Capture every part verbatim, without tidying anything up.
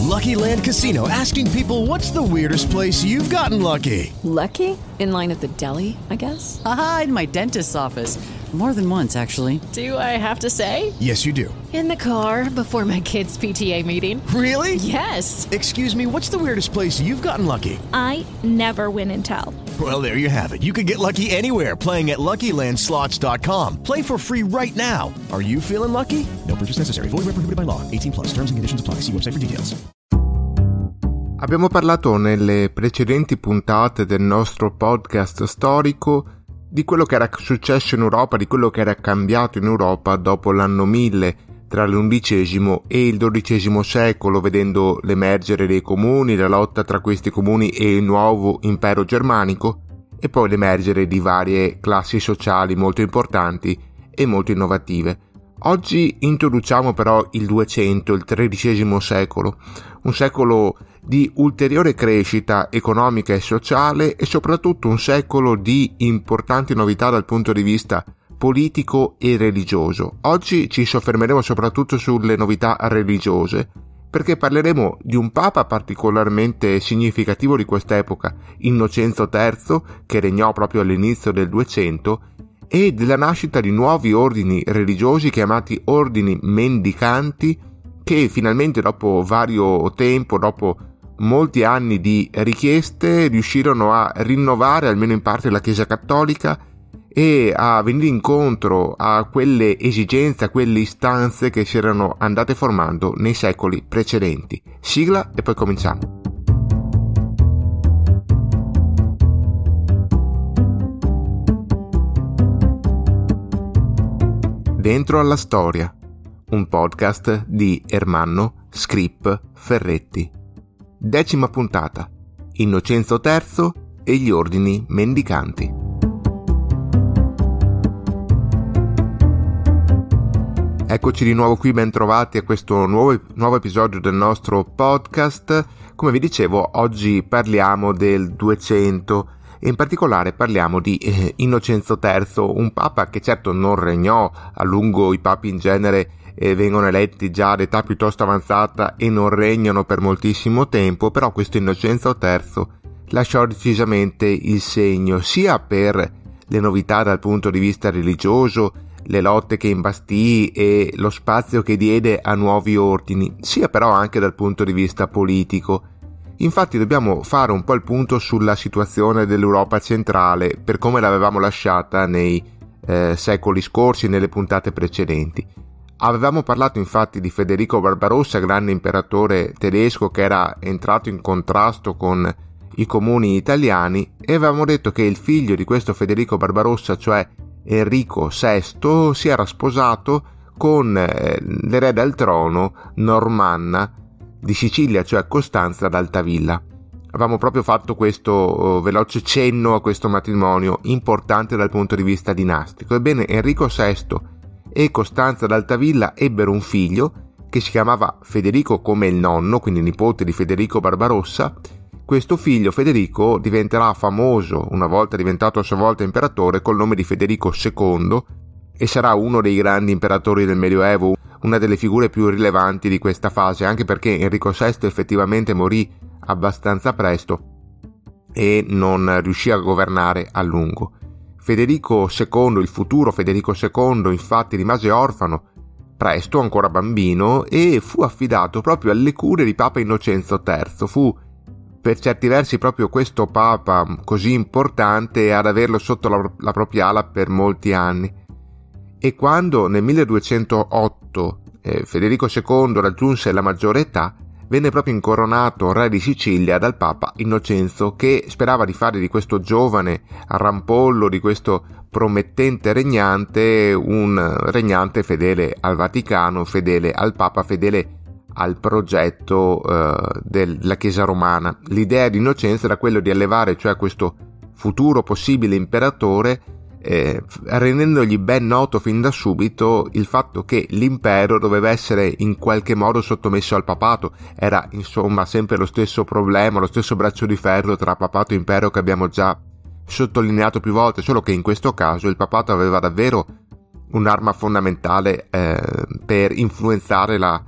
Lucky Land Casino, asking people, what's the weirdest place you've gotten lucky? Lucky? In line at the deli, I guess? Aha, in my dentist's office. More than once, actually. Do I have to say? Yes, you do. In the car before my kids' P T A meeting. Really? Yes. Excuse me, what's the weirdest place you've gotten lucky? I never win and tell. Well, there you have it. You can get lucky anywhere, playing at Lucky Land Slots dot com. Play for free right now. Are you feeling lucky? No purchase necessary. Void where prohibited by law. eighteen plus. Terms and conditions apply. See website for details. Abbiamo parlato nelle precedenti puntate del nostro podcast storico di quello che era successo in Europa, di quello che era cambiato in Europa dopo l'anno mille, tra l'undicesimo e il dodicesimo secolo, vedendo l'emergere dei comuni, la lotta tra questi comuni e il nuovo impero germanico, e poi l'emergere di varie classi sociali molto importanti e molto innovative. Oggi introduciamo però il duecento, il tredicesimo secolo, un secolo di ulteriore crescita economica e sociale e soprattutto un secolo di importanti novità dal punto di vista politico e religioso. Oggi ci soffermeremo soprattutto sulle novità religiose, perché parleremo di un papa particolarmente significativo di quest'epoca, Innocenzo terzo, che regnò proprio all'inizio del duecento, e della nascita di nuovi ordini religiosi chiamati ordini mendicanti, che finalmente dopo vario tempo, dopo molti anni di richieste, riuscirono a rinnovare almeno in parte la Chiesa Cattolica e a venire incontro a quelle esigenze, a quelle istanze che si erano andate formando nei secoli precedenti. Sigla e poi cominciamo. Dentro alla storia, un podcast di Ermanno Scrip Ferretti. Decima puntata, Innocenzo terzo e gli ordini mendicanti. Eccoci di nuovo qui, ben trovati a questo nuovo, nuovo episodio del nostro podcast. Come vi dicevo, oggi parliamo del duecento e in particolare parliamo di eh, Innocenzo terzo, un papa che certo non regnò a lungo. I papi in genere eh, vengono eletti già ad età piuttosto avanzata e non regnano per moltissimo tempo, però questo Innocenzo terzo lasciò decisamente il segno sia per le novità dal punto di vista religioso, le lotte che imbastì e lo spazio che diede a nuovi ordini, sia però anche dal punto di vista politico. Infatti dobbiamo fare un po' il punto sulla situazione dell'Europa centrale per come l'avevamo lasciata nei eh, secoli scorsi, nelle puntate precedenti. Avevamo parlato infatti di Federico Barbarossa, grande imperatore tedesco che era entrato in contrasto con i comuni italiani, e avevamo detto che il figlio di questo Federico Barbarossa, cioè Enrico sesto, si era sposato con eh, l'erede al trono normanna di Sicilia, cioè Costanza d'Altavilla. Avevamo proprio fatto questo uh, veloce cenno a questo matrimonio importante dal punto di vista dinastico. Ebbene, Enrico sesto e Costanza d'Altavilla ebbero un figlio che si chiamava Federico come il nonno, quindi nipote di Federico Barbarossa. Questo figlio Federico diventerà famoso, una volta diventato a sua volta imperatore, col nome di Federico secondo, e sarà uno dei grandi imperatori del Medioevo, una delle figure più rilevanti di questa fase, anche perché Enrico sesto effettivamente morì abbastanza presto e non riuscì a governare a lungo. Federico secondo, il futuro Federico secondo, infatti rimase orfano presto, ancora bambino, e fu affidato proprio alle cure di Papa Innocenzo terzo. Fu per certi versi proprio questo papa così importante ad averlo sotto la, la propria ala per molti anni. E quando nel milleduecentootto eh, Federico secondo raggiunse la maggiore età, venne proprio incoronato re di Sicilia dal papa Innocenzo, che sperava di fare di questo giovane rampollo, di questo promettente regnante, un regnante fedele al Vaticano, fedele al papa, fedele al progetto eh, della Chiesa romana. L'idea di Innocenzo era quello di allevare, cioè questo futuro possibile imperatore, eh, rendendogli ben noto fin da subito il fatto che l'impero doveva essere in qualche modo sottomesso al papato. Era insomma sempre lo stesso problema, lo stesso braccio di ferro tra papato e impero che abbiamo già sottolineato più volte, solo che in questo caso il papato aveva davvero un'arma fondamentale eh, per influenzare la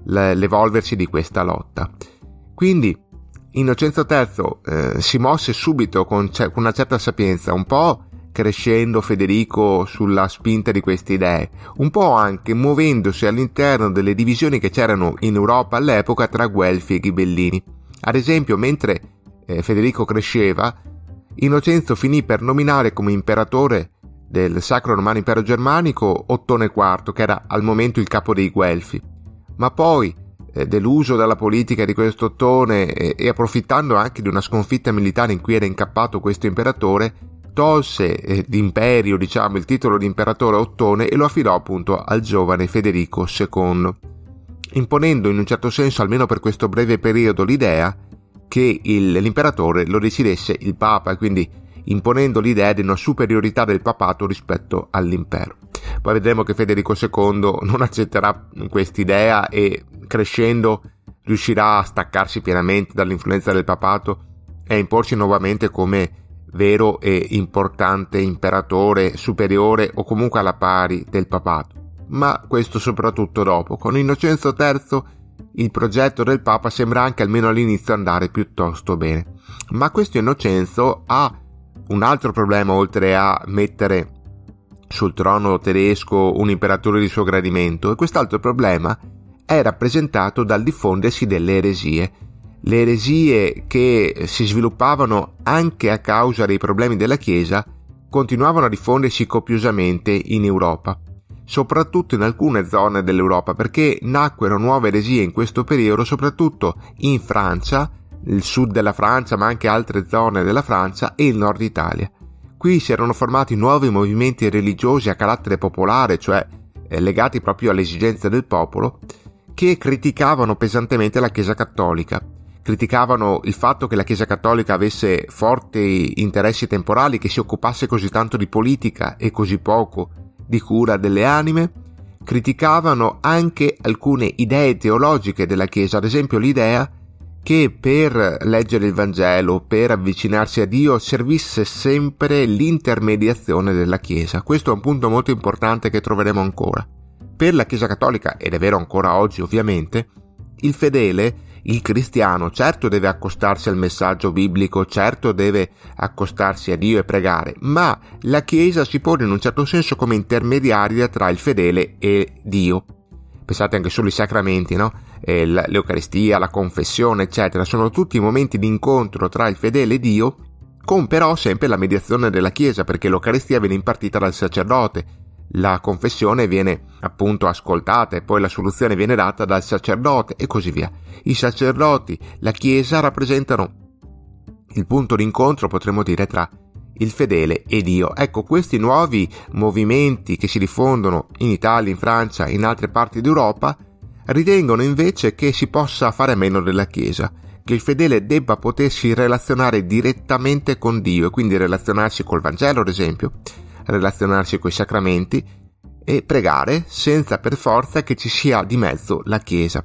l'evolversi di questa lotta. Quindi Innocenzo terzo eh, si mosse subito con, con una certa sapienza, un po' crescendo Federico sulla spinta di queste idee, un po' anche muovendosi all'interno delle divisioni che c'erano in Europa all'epoca tra Guelfi e Ghibellini. Ad esempio, mentre eh, Federico cresceva, Innocenzo finì per nominare come imperatore del Sacro Romano Impero Germanico Ottone quarto, che era al momento il capo dei Guelfi. Ma poi, eh, deluso dalla politica di questo Ottone eh, e approfittando anche di una sconfitta militare in cui era incappato questo imperatore, tolse eh, d'imperio, diciamo, il titolo di imperatore Ottone e lo affidò appunto al giovane Federico secondo, imponendo in un certo senso, almeno per questo breve periodo, l'idea che il, l'imperatore lo decidesse il Papa, quindi imponendo l'idea di una superiorità del papato rispetto all'impero. Poi vedremo che Federico secondo non accetterà quest'idea e crescendo riuscirà a staccarsi pienamente dall'influenza del papato e a imporsi nuovamente come vero e importante imperatore superiore o comunque alla pari del papato. Ma questo soprattutto dopo. Con Innocenzo terzo il progetto del Papa sembra anche almeno all'inizio andare piuttosto bene. Ma questo Innocenzo ha un altro problema, oltre a mettere sul trono tedesco un imperatore di suo gradimento, e quest'altro problema è rappresentato dal diffondersi delle eresie. Le eresie che si sviluppavano anche a causa dei problemi della Chiesa continuavano a diffondersi copiosamente in Europa, soprattutto in alcune zone dell'Europa, perché nacquero nuove eresie in questo periodo, soprattutto in Francia, il sud della Francia, ma anche altre zone della Francia e il nord Italia. Qui si erano formati nuovi movimenti religiosi a carattere popolare, cioè eh, legati proprio alle esigenze del popolo, che criticavano pesantemente la Chiesa cattolica. Criticavano il fatto che la Chiesa cattolica avesse forti interessi temporali, che si occupasse così tanto di politica e così poco di cura delle anime. Criticavano anche alcune idee teologiche della Chiesa, ad esempio l'idea che per leggere il Vangelo, per avvicinarsi a Dio, servisse sempre l'intermediazione della Chiesa. Questo è un punto molto importante che troveremo ancora. Per la Chiesa cattolica, ed è vero ancora oggi ovviamente, il fedele, il cristiano, certo deve accostarsi al messaggio biblico, certo deve accostarsi a Dio e pregare, ma la Chiesa si pone in un certo senso come intermediaria tra il fedele e Dio. Pensate anche solo ai sacramenti, no? E l'Eucaristia, la confessione, eccetera, sono tutti momenti di incontro tra il fedele e Dio, con però sempre la mediazione della Chiesa, perché l'Eucaristia viene impartita dal sacerdote, la confessione viene appunto ascoltata e poi la soluzione viene data dal sacerdote e così via. I sacerdoti, la Chiesa rappresentano il punto d'incontro, potremmo dire, tra il fedele e Dio. Ecco, questi nuovi movimenti che si diffondono in Italia, in Francia, in altre parti d'Europa, ritengono invece che si possa fare a meno della Chiesa, che il fedele debba potersi relazionare direttamente con Dio e quindi relazionarsi col Vangelo, ad esempio, relazionarsi coi sacramenti e pregare senza per forza che ci sia di mezzo la Chiesa.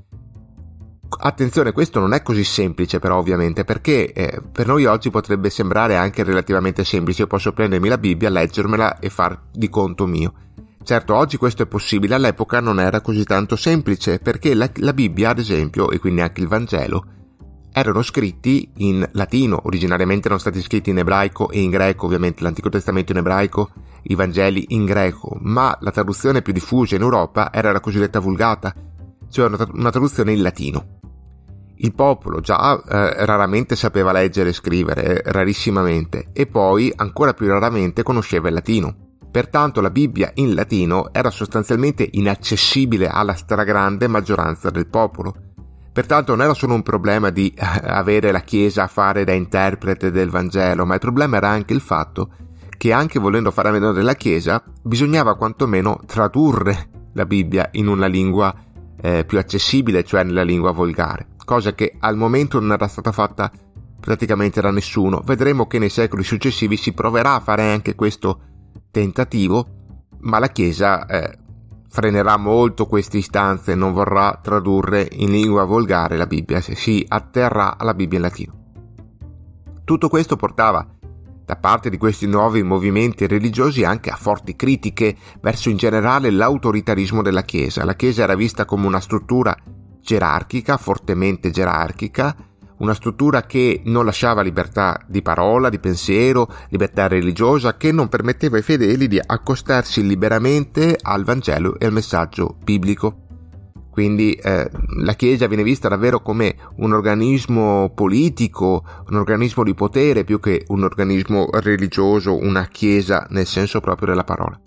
Attenzione, questo non è così semplice però ovviamente, perché eh, per noi oggi potrebbe sembrare anche relativamente semplice. Io posso prendermi la Bibbia, leggermela e far di conto mio. Certo, oggi questo è possibile, all'epoca non era così tanto semplice, perché la, la Bibbia, ad esempio, e quindi anche il Vangelo, erano scritti in latino. Originariamente erano stati scritti in ebraico e in greco, ovviamente l'Antico Testamento in ebraico, i Vangeli in greco, ma la traduzione più diffusa in Europa era la cosiddetta Vulgata, cioè una, una traduzione in latino. Il popolo già eh, raramente sapeva leggere e scrivere, eh, rarissimamente, e poi ancora più raramente conosceva il latino. Pertanto la Bibbia in latino era sostanzialmente inaccessibile alla stragrande maggioranza del popolo. Pertanto non era solo un problema di eh, avere la Chiesa a fare da interprete del Vangelo, ma il problema era anche il fatto che, anche volendo fare a meno della Chiesa, bisognava quantomeno tradurre la Bibbia in una lingua eh, più accessibile, cioè nella lingua volgare, cosa che al momento non era stata fatta praticamente da nessuno. Vedremo che nei secoli successivi si proverà a fare anche questo tentativo, ma la Chiesa eh, frenerà molto queste istanze e non vorrà tradurre in lingua volgare la Bibbia, se si atterrà alla Bibbia in latino. Tutto questo portava da parte di questi nuovi movimenti religiosi anche a forti critiche verso in generale l'autoritarismo della Chiesa. La Chiesa era vista come una struttura gerarchica, fortemente gerarchica, una struttura che non lasciava libertà di parola, di pensiero, libertà religiosa, che non permetteva ai fedeli di accostarsi liberamente al Vangelo e al messaggio biblico. Quindi eh, la Chiesa viene vista davvero come un organismo politico, un organismo di potere più che un organismo religioso, una Chiesa nel senso proprio della parola.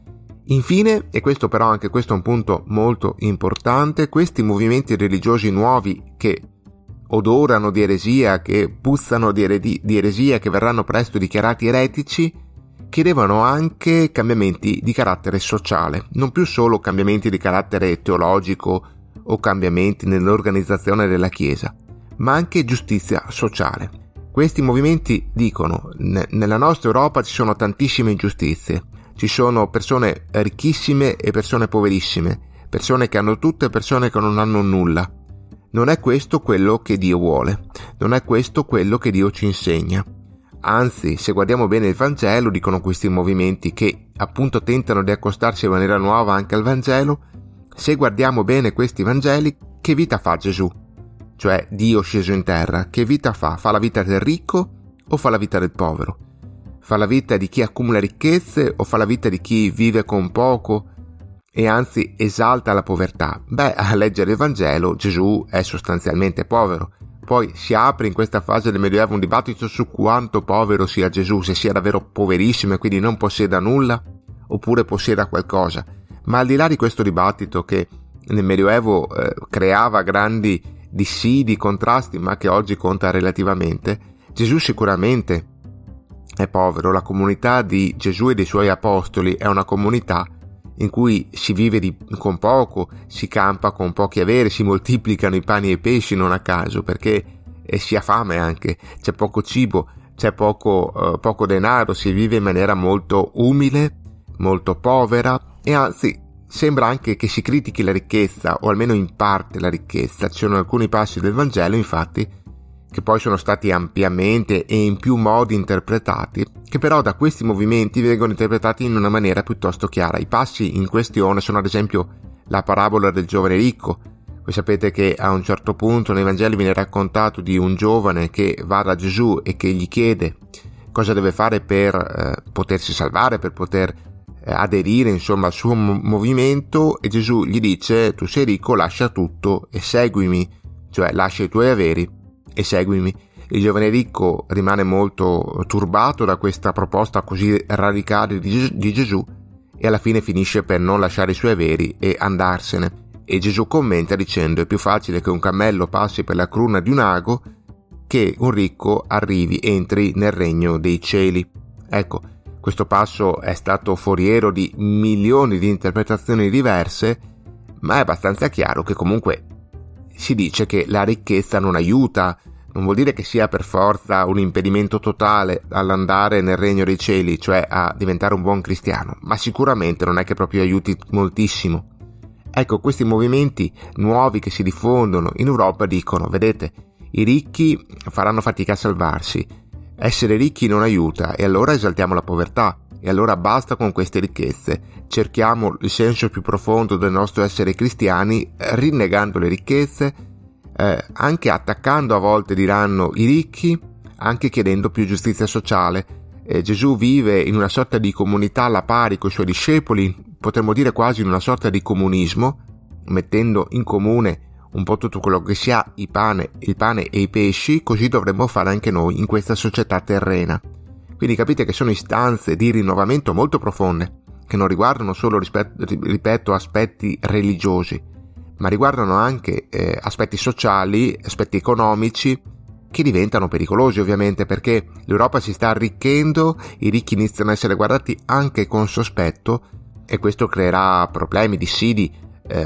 Infine, e questo però anche questo è un punto molto importante, questi movimenti religiosi nuovi che odorano di eresia, che puzzano di, eredi- di eresia, che verranno presto dichiarati eretici, chiedevano anche cambiamenti di carattere sociale, non più solo cambiamenti di carattere teologico o cambiamenti nell'organizzazione della Chiesa, ma anche giustizia sociale. Questi movimenti dicono: n- nella nostra Europa ci sono tantissime ingiustizie, ci sono persone ricchissime e persone poverissime, persone che hanno tutto e persone che non hanno nulla. Non è questo quello che Dio vuole, non è questo quello che Dio ci insegna. Anzi, se guardiamo bene il Vangelo, dicono questi movimenti che appunto tentano di accostarsi in maniera nuova anche al Vangelo, se guardiamo bene questi Vangeli, che vita fa Gesù? Cioè Dio sceso in terra, che vita fa? Fa la vita del ricco o fa la vita del povero? Fa la vita di chi accumula ricchezze o fa la vita di chi vive con poco e anzi esalta la povertà? Beh, a leggere il Vangelo Gesù è sostanzialmente povero. Poi si apre in questa fase del Medioevo un dibattito su quanto povero sia Gesù, se sia davvero poverissimo e quindi non possieda nulla oppure possieda qualcosa. Ma al di là di questo dibattito che nel Medioevo eh, creava grandi dissidi, contrasti, ma che oggi conta relativamente, Gesù sicuramente è povero. La comunità di Gesù e dei suoi apostoli è una comunità in cui si vive di, con poco, si campa con pochi averi, si moltiplicano i pani e i pesci non a caso, perché eh, si ha fame anche, c'è poco cibo, c'è poco, eh, poco denaro, si vive in maniera molto umile, molto povera e anzi sembra anche che si critichi la ricchezza, o almeno in parte la ricchezza. Ci sono alcuni passi del Vangelo, infatti, che poi sono stati ampiamente e in più modi interpretati, che però da questi movimenti vengono interpretati in una maniera piuttosto chiara. I passi in questione sono ad esempio la parabola del giovane ricco. Voi sapete che a un certo punto nei Vangeli viene raccontato di un giovane che va da Gesù e che gli chiede cosa deve fare per eh, potersi salvare, per poter eh, aderire insomma al suo mo- movimento, e Gesù gli dice: tu sei ricco, lascia tutto e seguimi, cioè lascia i tuoi averi e seguimi. Il giovane ricco rimane molto turbato da questa proposta così radicale di, di Gesù e alla fine finisce per non lasciare i suoi averi e andarsene. E Gesù commenta dicendo: è più facile che un cammello passi per la cruna di un ago che un ricco arrivi, entri nel regno dei cieli. Ecco, questo passo è stato foriero di milioni di interpretazioni diverse, ma è abbastanza chiaro che comunque si dice che la ricchezza non aiuta. Non vuol dire che sia per forza un impedimento totale all'andare nel regno dei cieli, cioè a diventare un buon cristiano, ma sicuramente non è che proprio aiuti moltissimo. Ecco, questi movimenti nuovi che si diffondono in Europa dicono: vedete, i ricchi faranno fatica a salvarsi, essere ricchi non aiuta, e allora esaltiamo la povertà, e allora basta con queste ricchezze, cerchiamo il senso più profondo del nostro essere cristiani rinnegando le ricchezze, eh, anche attaccando a volte, diranno, i ricchi, anche chiedendo più giustizia sociale. Eh, Gesù vive in una sorta di comunità alla pari con i suoi discepoli, potremmo dire quasi in una sorta di comunismo, mettendo in comune un po' tutto quello che si ha, il pane, il pane e i pesci. Così dovremmo fare anche noi in questa società terrena. Quindi capite che sono istanze di rinnovamento molto profonde, che non riguardano solo, rispetto, ripeto, aspetti religiosi, ma riguardano anche eh, aspetti sociali, aspetti economici, che diventano pericolosi ovviamente, perché l'Europa si sta arricchendo, i ricchi iniziano a essere guardati anche con sospetto, e questo creerà problemi, dissidi, eh,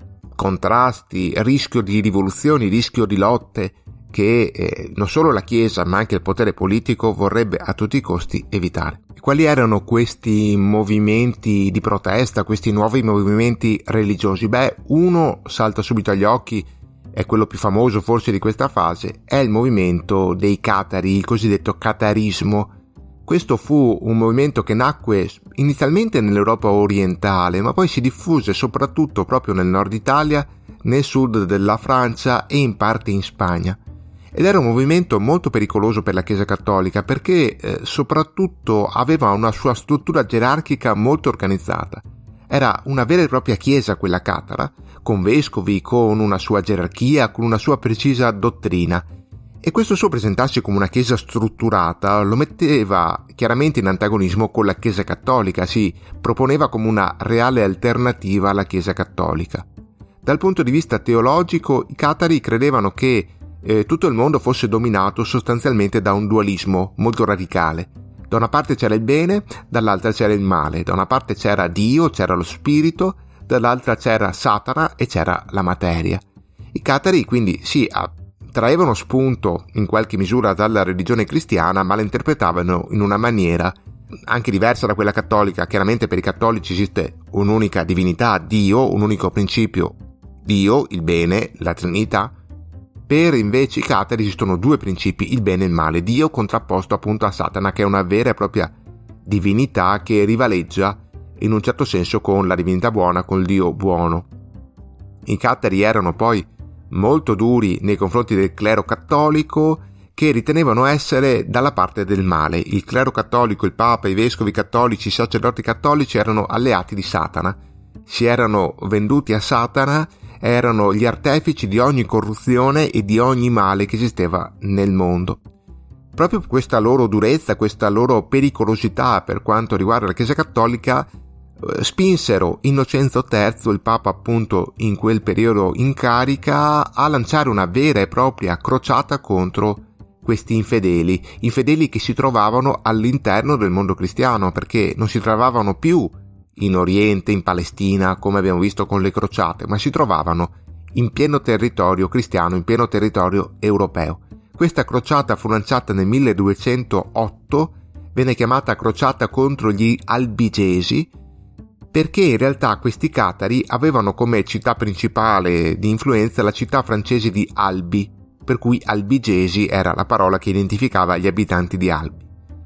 contrasti, rischio di rivoluzioni, rischio di lotte che eh, non solo la Chiesa ma anche il potere politico vorrebbe a tutti i costi evitare. Quali erano questi movimenti di protesta, questi nuovi movimenti religiosi? Beh, uno salta subito agli occhi, è quello più famoso forse di questa fase, è il movimento dei catari, il cosiddetto catarismo. Questo fu un movimento che nacque inizialmente nell'Europa orientale, ma poi si diffuse soprattutto proprio nel nord Italia, nel sud della Francia e in parte in Spagna. Ed era un movimento molto pericoloso per la Chiesa Cattolica perché eh, soprattutto aveva una sua struttura gerarchica molto organizzata. Era una vera e propria chiesa quella catara, con vescovi, con una sua gerarchia, con una sua precisa dottrina. E questo suo presentarsi come una chiesa strutturata lo metteva chiaramente in antagonismo con la Chiesa Cattolica, si proponeva come una reale alternativa alla Chiesa Cattolica. Dal punto di vista teologico, i catari credevano che eh, tutto il mondo fosse dominato sostanzialmente da un dualismo molto radicale. Da una parte c'era il bene, dall'altra c'era il male. Da una parte c'era Dio, c'era lo spirito, dall'altra c'era Satana e c'era la materia. I catari quindi sì, traevano spunto in qualche misura dalla religione cristiana, ma la interpretavano in una maniera anche diversa da quella cattolica. Chiaramente per i cattolici esiste un'unica divinità, Dio, un unico principio, Dio, il bene, la Trinità. Per invece i catari esistono due principi, il bene e il male, Dio contrapposto appunto a Satana, che è una vera e propria divinità che rivaleggia in un certo senso con la divinità buona, con il Dio buono. I catari erano poi molto duri nei confronti del clero cattolico, che ritenevano essere dalla parte del male. Il clero cattolico, il Papa, i vescovi cattolici, i sacerdoti cattolici erano alleati di Satana, si erano venduti a Satana, erano gli artefici di ogni corruzione e di ogni male che esisteva nel mondo. Proprio questa loro durezza, questa loro pericolosità per quanto riguarda la Chiesa Cattolica eh, spinsero Innocenzo terzo, il Papa appunto in quel periodo in carica, a lanciare una vera e propria crociata contro questi infedeli, infedeli che si trovavano all'interno del mondo cristiano, perché non si trovavano più in Oriente, in Palestina, come abbiamo visto con le crociate, ma si trovavano in pieno territorio cristiano, in pieno territorio europeo. Questa crociata fu lanciata nel milleduecentootto, venne chiamata crociata contro gli albigesi, perché in realtà questi catari avevano come città principale di influenza la città francese di Albi, per cui albigesi era la parola che identificava gli abitanti di Albi.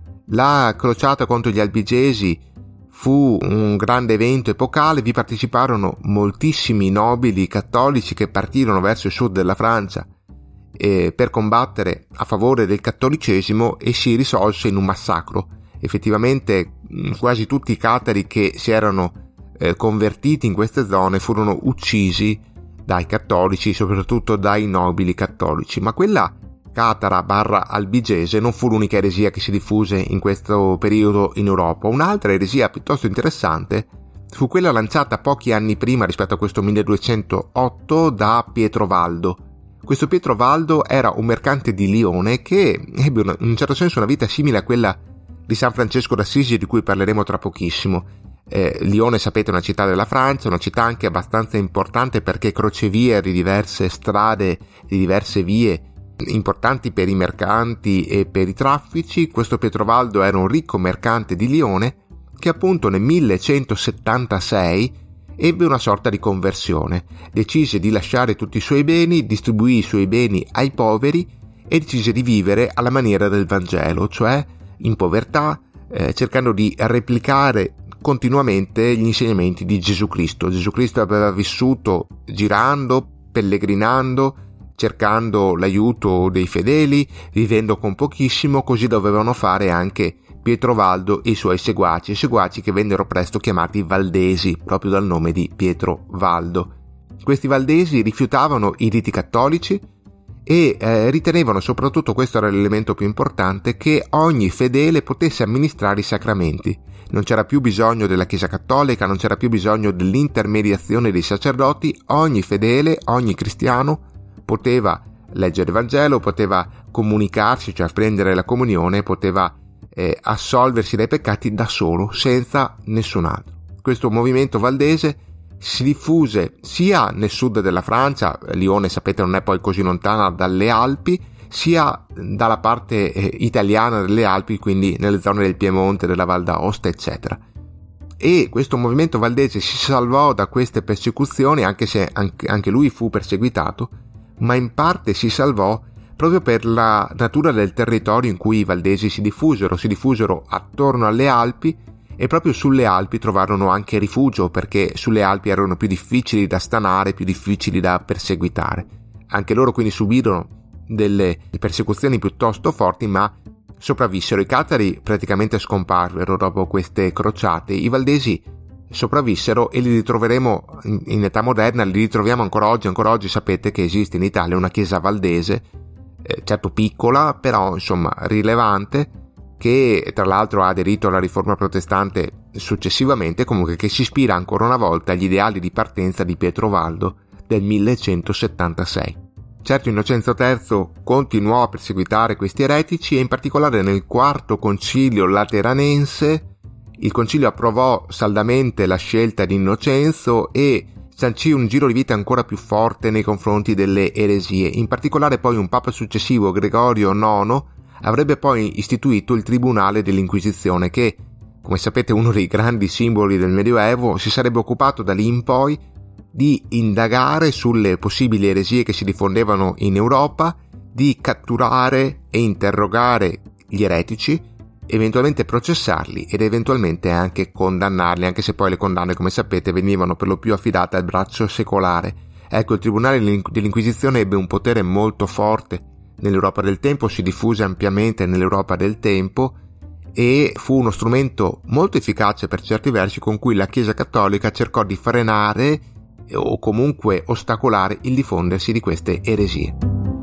La crociata contro gli albigesi fu un grande evento epocale, vi parteciparono moltissimi nobili cattolici che partirono verso il sud della Francia eh, per combattere a favore del cattolicesimo, e si risolse in un massacro. Effettivamente quasi tutti i catari che si erano eh, convertiti in queste zone furono uccisi dai cattolici, soprattutto dai nobili cattolici, ma quella catara barra albigese non fu l'unica eresia che si diffuse in questo periodo in Europa. Un'altra eresia piuttosto interessante fu quella lanciata pochi anni prima rispetto a questo milleduecentootto da Pietro Valdo. Questo Pietro Valdo era un mercante di Lione che ebbe in un certo senso una vita simile a quella di San Francesco d'Assisi, di cui parleremo tra pochissimo. Eh, Lione, sapete, è una città della Francia, una città anche abbastanza importante perché crocevia di diverse strade, di diverse vie importanti per i mercanti e per i traffici. Questo Pietrovaldo era un ricco mercante di Lione che appunto nel millecentosettantasei ebbe una sorta di conversione, decise di lasciare tutti i suoi beni, distribuì i suoi beni ai poveri e decise di vivere alla maniera del Vangelo, cioè in povertà, eh, cercando di replicare continuamente gli insegnamenti di Gesù Cristo. Gesù Cristo aveva vissuto girando, pellegrinando, cercando l'aiuto dei fedeli, vivendo con pochissimo, così dovevano fare anche Pietro Valdo e i suoi seguaci, seguaci che vennero presto chiamati Valdesi, proprio dal nome di Pietro Valdo. Questi Valdesi rifiutavano i riti cattolici e eh, ritenevano, soprattutto questo era l'elemento più importante, che ogni fedele potesse amministrare i sacramenti. Non c'era più bisogno della Chiesa Cattolica, non c'era più bisogno dell'intermediazione dei sacerdoti, ogni fedele, ogni cristiano poteva leggere il Vangelo, poteva comunicarsi, cioè prendere la comunione, poteva eh, assolversi dai peccati da solo, senza nessun altro. Questo movimento valdese si diffuse sia nel sud della Francia, Lione sapete non è poi così lontana dalle Alpi, sia dalla parte eh, italiana delle Alpi, quindi nelle zone del Piemonte, della Val d'Aosta, eccetera. E questo movimento valdese si salvò da queste persecuzioni, anche se anche, anche lui fu perseguitato, ma in parte si salvò proprio per la natura del territorio in cui i valdesi si diffusero, si diffusero attorno alle Alpi e proprio sulle Alpi trovarono anche rifugio, perché sulle Alpi erano più difficili da stanare, più difficili da perseguitare. Anche loro quindi subirono delle persecuzioni piuttosto forti, ma sopravvissero. I catari praticamente scomparvero dopo queste crociate, i valdesi sopravvissero e li ritroveremo in, in età moderna, li ritroviamo ancora oggi. Ancora oggi sapete che esiste in Italia una chiesa valdese, eh, certo piccola, però insomma rilevante, che tra l'altro ha aderito alla riforma protestante successivamente, comunque che si ispira ancora una volta agli ideali di partenza di Pietro del millecentosettantasei. Certo, Innocenzo terzo continuò a perseguitare questi eretici e in particolare nel quarto concilio lateranense il concilio approvò saldamente la scelta di Innocenzo e sancì un giro di vita ancora più forte nei confronti delle eresie. In particolare poi un papa successivo, Gregorio nono, avrebbe poi istituito il Tribunale dell'Inquisizione che, come sapete, uno dei grandi simboli del Medioevo, si sarebbe occupato da lì in poi di indagare sulle possibili eresie che si diffondevano in Europa, di catturare e interrogare gli eretici, eventualmente processarli ed eventualmente anche condannarli, anche se poi le condanne, come sapete, venivano per lo più affidate al braccio secolare. Ecco, il Tribunale dell'Inquisizione ebbe un potere molto forte nell'Europa del tempo, si diffuse ampiamente nell'Europa del tempo e fu uno strumento molto efficace per certi versi con cui la Chiesa Cattolica cercò di frenare o comunque ostacolare il diffondersi di queste eresie.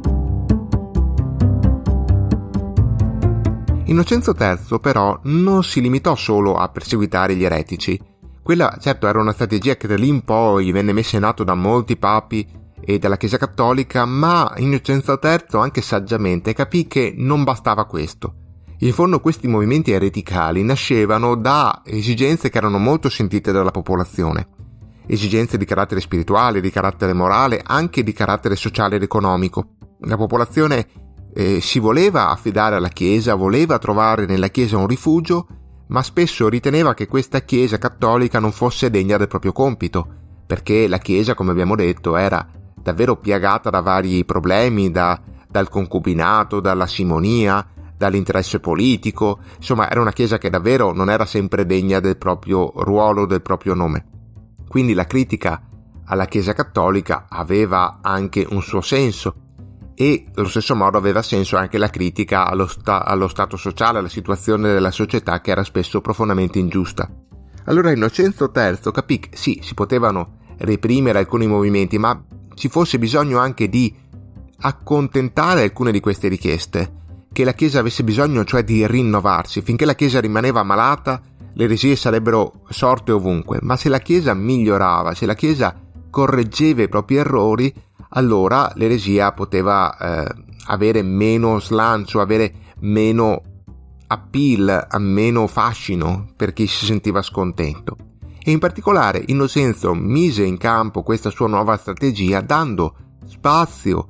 Innocenzo terzo però non si limitò solo a perseguitare gli eretici. Quella certo era una strategia che da lì in poi venne messa in atto da molti papi e dalla Chiesa Cattolica, ma Innocenzo terzo anche saggiamente capì che non bastava questo. In fondo questi movimenti ereticali nascevano da esigenze che erano molto sentite dalla popolazione, esigenze di carattere spirituale, di carattere morale, anche di carattere sociale ed economico. La popolazione eh, si voleva affidare alla Chiesa, voleva trovare nella Chiesa un rifugio, ma spesso riteneva che questa Chiesa cattolica non fosse degna del proprio compito, perché la Chiesa, come abbiamo detto, era davvero piagata da vari problemi, da, dal concubinato, dalla simonia, dall'interesse politico. Insomma, era una Chiesa che davvero non era sempre degna del proprio ruolo, del proprio nome. Quindi la critica alla Chiesa Cattolica aveva anche un suo senso e allo stesso modo aveva senso anche la critica allo, sta- allo stato sociale, alla situazione della società che era spesso profondamente ingiusta. Allora Innocenzo terzo capì che sì, si potevano reprimere alcuni movimenti, ma ci fosse bisogno anche di accontentare alcune di queste richieste, che la Chiesa avesse bisogno cioè di rinnovarsi. Finché la Chiesa rimaneva malata, le eresie sarebbero sorte ovunque, ma se la Chiesa migliorava, se la Chiesa correggeva i propri errori, allora l'eresia poteva eh, avere meno slancio, avere meno appeal, meno fascino per chi si sentiva scontento. E in particolare Innocenzo mise in campo questa sua nuova strategia dando spazio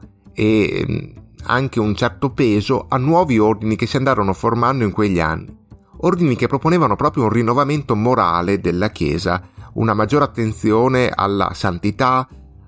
e anche un certo peso a nuovi ordini che si andarono formando in quegli anni. Ordini che proponevano proprio un rinnovamento morale della Chiesa, una maggiore attenzione alla santità,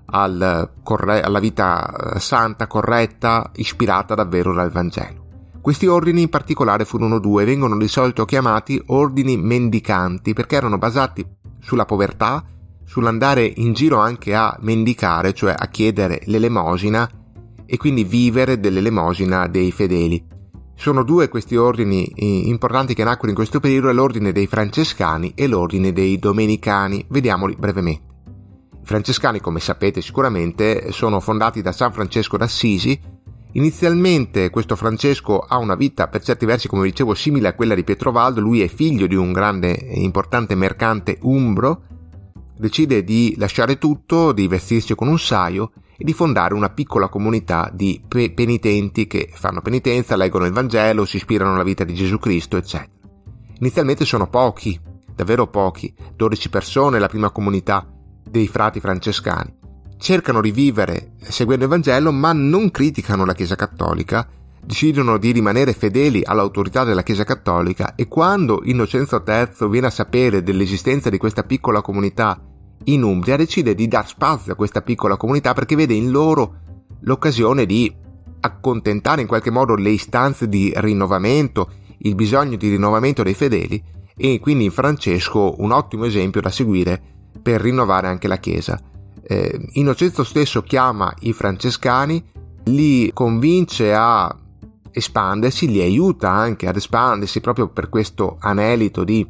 al corre- alla vita santa, corretta, ispirata davvero dal Vangelo. Questi ordini in particolare furono due, vengono di solito chiamati ordini mendicanti perché erano basati sulla povertà, sull'andare in giro anche a mendicare, cioè a chiedere l'elemosina e quindi vivere dell'elemosina dei fedeli. Sono due questi ordini importanti che nacquero in questo periodo, l'ordine dei francescani e l'ordine dei domenicani. Vediamoli brevemente. I francescani, come sapete sicuramente, sono fondati da San Francesco d'Assisi. Inizialmente questo Francesco ha una vita per certi versi, come dicevo, simile a quella di Pietro. Lui è figlio di un grande e importante mercante umbro, decide di lasciare tutto, di vestirsi con un saio e di fondare una piccola comunità di pe- penitenti che fanno penitenza, leggono il Vangelo, si ispirano alla vita di Gesù Cristo, eccetera. Inizialmente sono pochi, davvero pochi, dodici persone, la prima comunità dei frati francescani. Cercano di vivere seguendo il Vangelo, ma non criticano la Chiesa Cattolica, decidono di rimanere fedeli all'autorità della Chiesa Cattolica e quando Innocenzo terzo viene a sapere dell'esistenza di questa piccola comunità in Umbria, decide di dar spazio a questa piccola comunità perché vede in loro l'occasione di accontentare in qualche modo le istanze di rinnovamento, il bisogno di rinnovamento dei fedeli, e quindi Francesco un ottimo esempio da seguire per rinnovare anche la Chiesa. Eh, Innocenzo stesso chiama i francescani, li convince a espandersi, li aiuta anche ad espandersi proprio per questo anelito di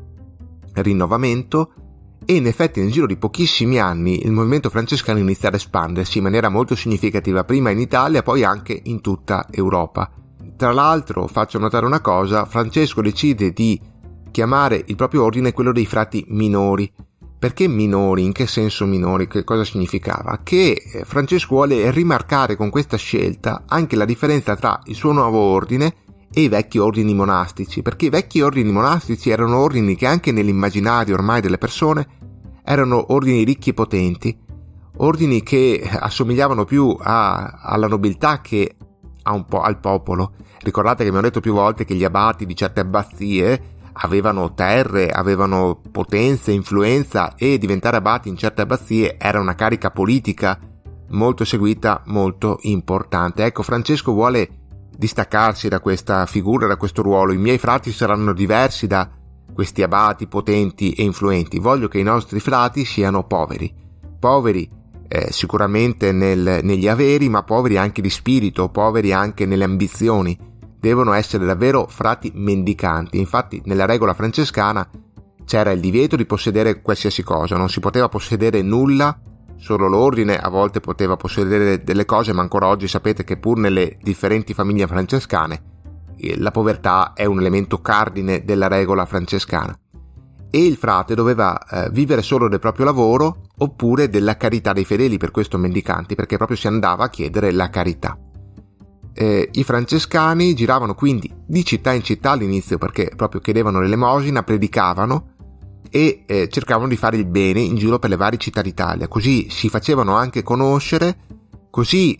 rinnovamento, e in effetti nel giro di pochissimi anni il movimento francescano inizia ad espandersi in maniera molto significativa, prima in Italia, poi anche in tutta Europa. Tra l'altro, faccio notare una cosa: Francesco decide di chiamare il proprio ordine quello dei frati minori. Perché minori? In che senso minori? Che cosa significava? Che Francesco vuole rimarcare con questa scelta anche la differenza tra il suo nuovo ordine e i vecchi ordini monastici, perché i vecchi ordini monastici erano ordini che anche nell'immaginario ormai delle persone erano ordini ricchi e potenti, ordini che assomigliavano più a, alla nobiltà che a un po' al popolo. Ricordate che abbiamo detto più volte che gli abati di certe abbazie avevano terre, avevano potenza, influenza, e diventare abati in certe abbazie era una carica politica molto seguita, molto importante. Ecco, Francesco vuole distaccarsi da questa figura, da questo ruolo. I miei frati saranno diversi da questi abati potenti e influenti. Voglio che i nostri frati siano poveri, poveri eh, sicuramente nel, negli averi, ma poveri anche di spirito, poveri anche nelle ambizioni. Devono essere davvero frati mendicanti. Infatti nella regola francescana c'era il divieto di possedere qualsiasi cosa, non si poteva possedere nulla, solo l'ordine a volte poteva possedere delle cose, ma ancora oggi sapete che pur nelle differenti famiglie francescane la povertà è un elemento cardine della regola francescana. E il frate doveva eh, vivere solo del proprio lavoro oppure della carità dei fedeli, per questo mendicanti, perché proprio si andava a chiedere la carità. Eh, I francescani giravano quindi di città in città all'inizio perché proprio chiedevano l'elemosina, predicavano e eh, cercavano di fare il bene in giro per le varie città d'Italia, così si facevano anche conoscere, così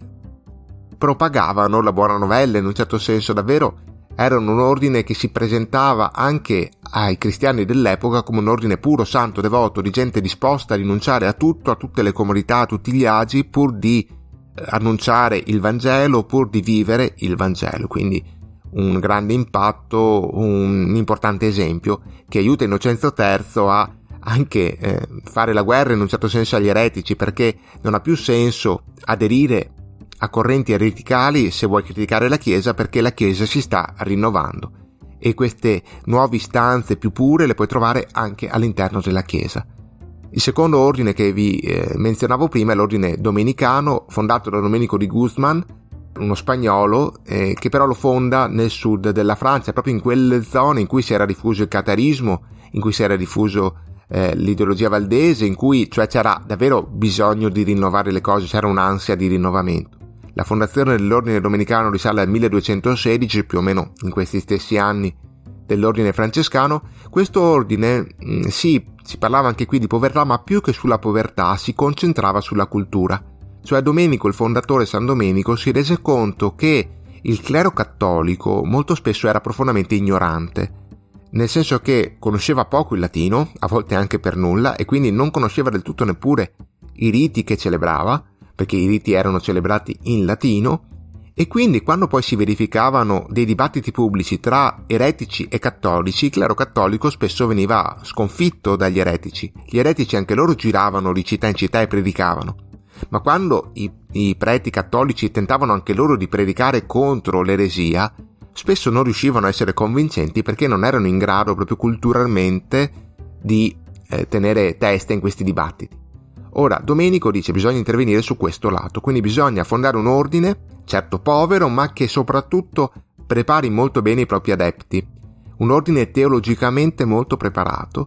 propagavano la buona novella. In un certo senso davvero erano un ordine che si presentava anche ai cristiani dell'epoca come un ordine puro, santo, devoto, di gente disposta a rinunciare a tutto, a tutte le comodità, a tutti gli agi, pur di annunciare il Vangelo, pur di vivere il Vangelo. Quindi un grande impatto, un importante esempio che aiuta Innocenzo terzo a anche eh, fare la guerra in un certo senso agli eretici, perché non ha più senso aderire a correnti ereticali se vuoi criticare la Chiesa, perché la Chiesa si sta rinnovando e queste nuove istanze più pure le puoi trovare anche all'interno della Chiesa. Il secondo ordine che vi eh, menzionavo prima è l'ordine domenicano, fondato da Domenico di Guzman, uno spagnolo eh, che però lo fonda nel sud della Francia, proprio in quelle zone in cui si era diffuso il catarismo, in cui si era diffuso eh, l'ideologia valdese, in cui cioè c'era davvero bisogno di rinnovare le cose, c'era un'ansia di rinnovamento. La fondazione dell'ordine domenicano risale al milleduecentosedici, più o meno in questi stessi anni dell'ordine francescano. Questo ordine, mh, sì, si parlava anche qui di povertà, ma più che sulla povertà si concentrava sulla cultura. Cioè Domenico, il fondatore San Domenico, si rese conto che il clero cattolico molto spesso era profondamente ignorante, nel senso che conosceva poco il latino, a volte anche per nulla, e quindi non conosceva del tutto neppure i riti che celebrava, perché i riti erano celebrati in latino, e quindi quando poi si verificavano dei dibattiti pubblici tra eretici e cattolici, il clero cattolico spesso veniva sconfitto dagli eretici. Gli eretici anche loro giravano di città in città e predicavano, ma quando i, i preti cattolici tentavano anche loro di predicare contro l'eresia, spesso non riuscivano a essere convincenti perché non erano in grado proprio culturalmente di eh, tenere testa in questi dibattiti. Ora Domenico dice bisogna intervenire su questo lato, quindi bisogna fondare un ordine, certo povero, ma che soprattutto prepari molto bene i propri adepti, un ordine teologicamente molto preparato,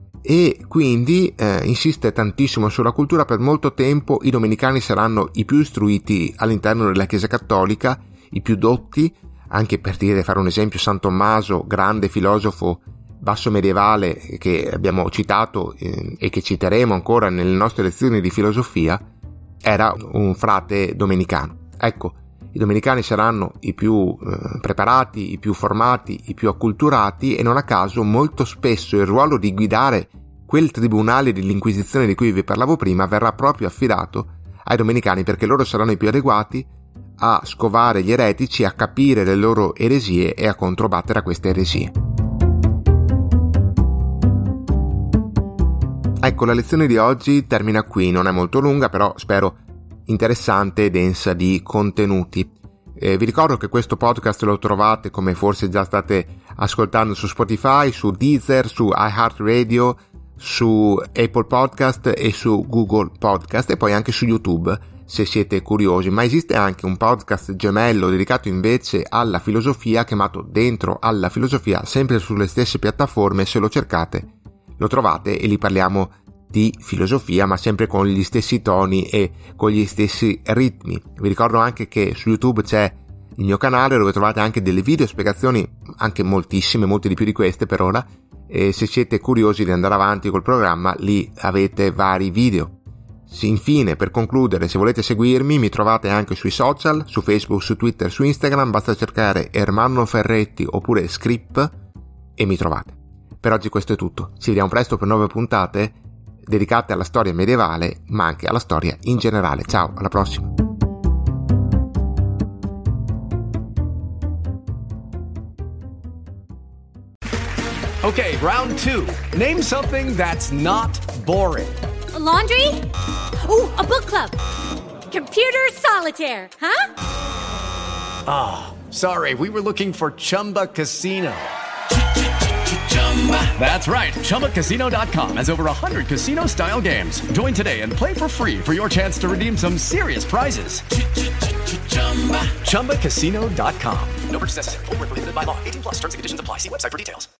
e quindi eh, insiste tantissimo sulla cultura. Per molto tempo i domenicani saranno i più istruiti all'interno della Chiesa cattolica, i più dotti, anche per dire, fare un esempio, San Tommaso, grande filosofo basso medievale che abbiamo citato eh, e che citeremo ancora nelle nostre lezioni di filosofia, era un frate domenicano. Ecco, i domenicani saranno i più eh, preparati, i più formati, i più acculturati, e non a caso molto spesso il ruolo di guidare quel tribunale dell'Inquisizione di cui vi parlavo prima verrà proprio affidato ai domenicani, perché loro saranno i più adeguati a scovare gli eretici, a capire le loro eresie e a controbattere a queste eresie. Ecco, la lezione di oggi termina qui, non è molto lunga, però spero interessante e densa di contenuti. Eh, vi ricordo che questo podcast lo trovate, come forse già state ascoltando, su Spotify, su Deezer, su iHeartRadio, su Apple Podcast e su Google Podcast, e poi anche su YouTube se siete curiosi. Ma esiste anche un podcast gemello dedicato invece alla filosofia, chiamato Dentro alla filosofia, sempre sulle stesse piattaforme. Se lo cercate lo trovate e lì parliamo di filosofia, ma sempre con gli stessi toni e con gli stessi ritmi. Vi ricordo anche che su YouTube c'è il mio canale dove trovate anche delle video spiegazioni, anche moltissime, molte di più di queste per ora, e se siete curiosi di andare avanti col programma lì avete vari video. Infine, per concludere, se volete seguirmi mi trovate anche sui social, su Facebook, su Twitter, su Instagram, basta cercare Ermanno Ferretti oppure Script e mi trovate. Per oggi questo è tutto, ci vediamo presto per nuove puntate dedicate alla storia medievale, ma anche alla storia in generale. Ciao, alla prossima! Okay, round two. Name something that's not boring. A laundry? Ooh, a book club. Computer solitaire, huh? Ah, oh, sorry, we were looking for Chumba Casino. That's right, Chumba Casino dot com has over one hundred casino-style games. Join today and play for free for your chance to redeem some serious prizes. Chumba Casino dot com. No purchase necessary. Void where prohibited by law. eighteen plus terms and conditions apply. See website for details.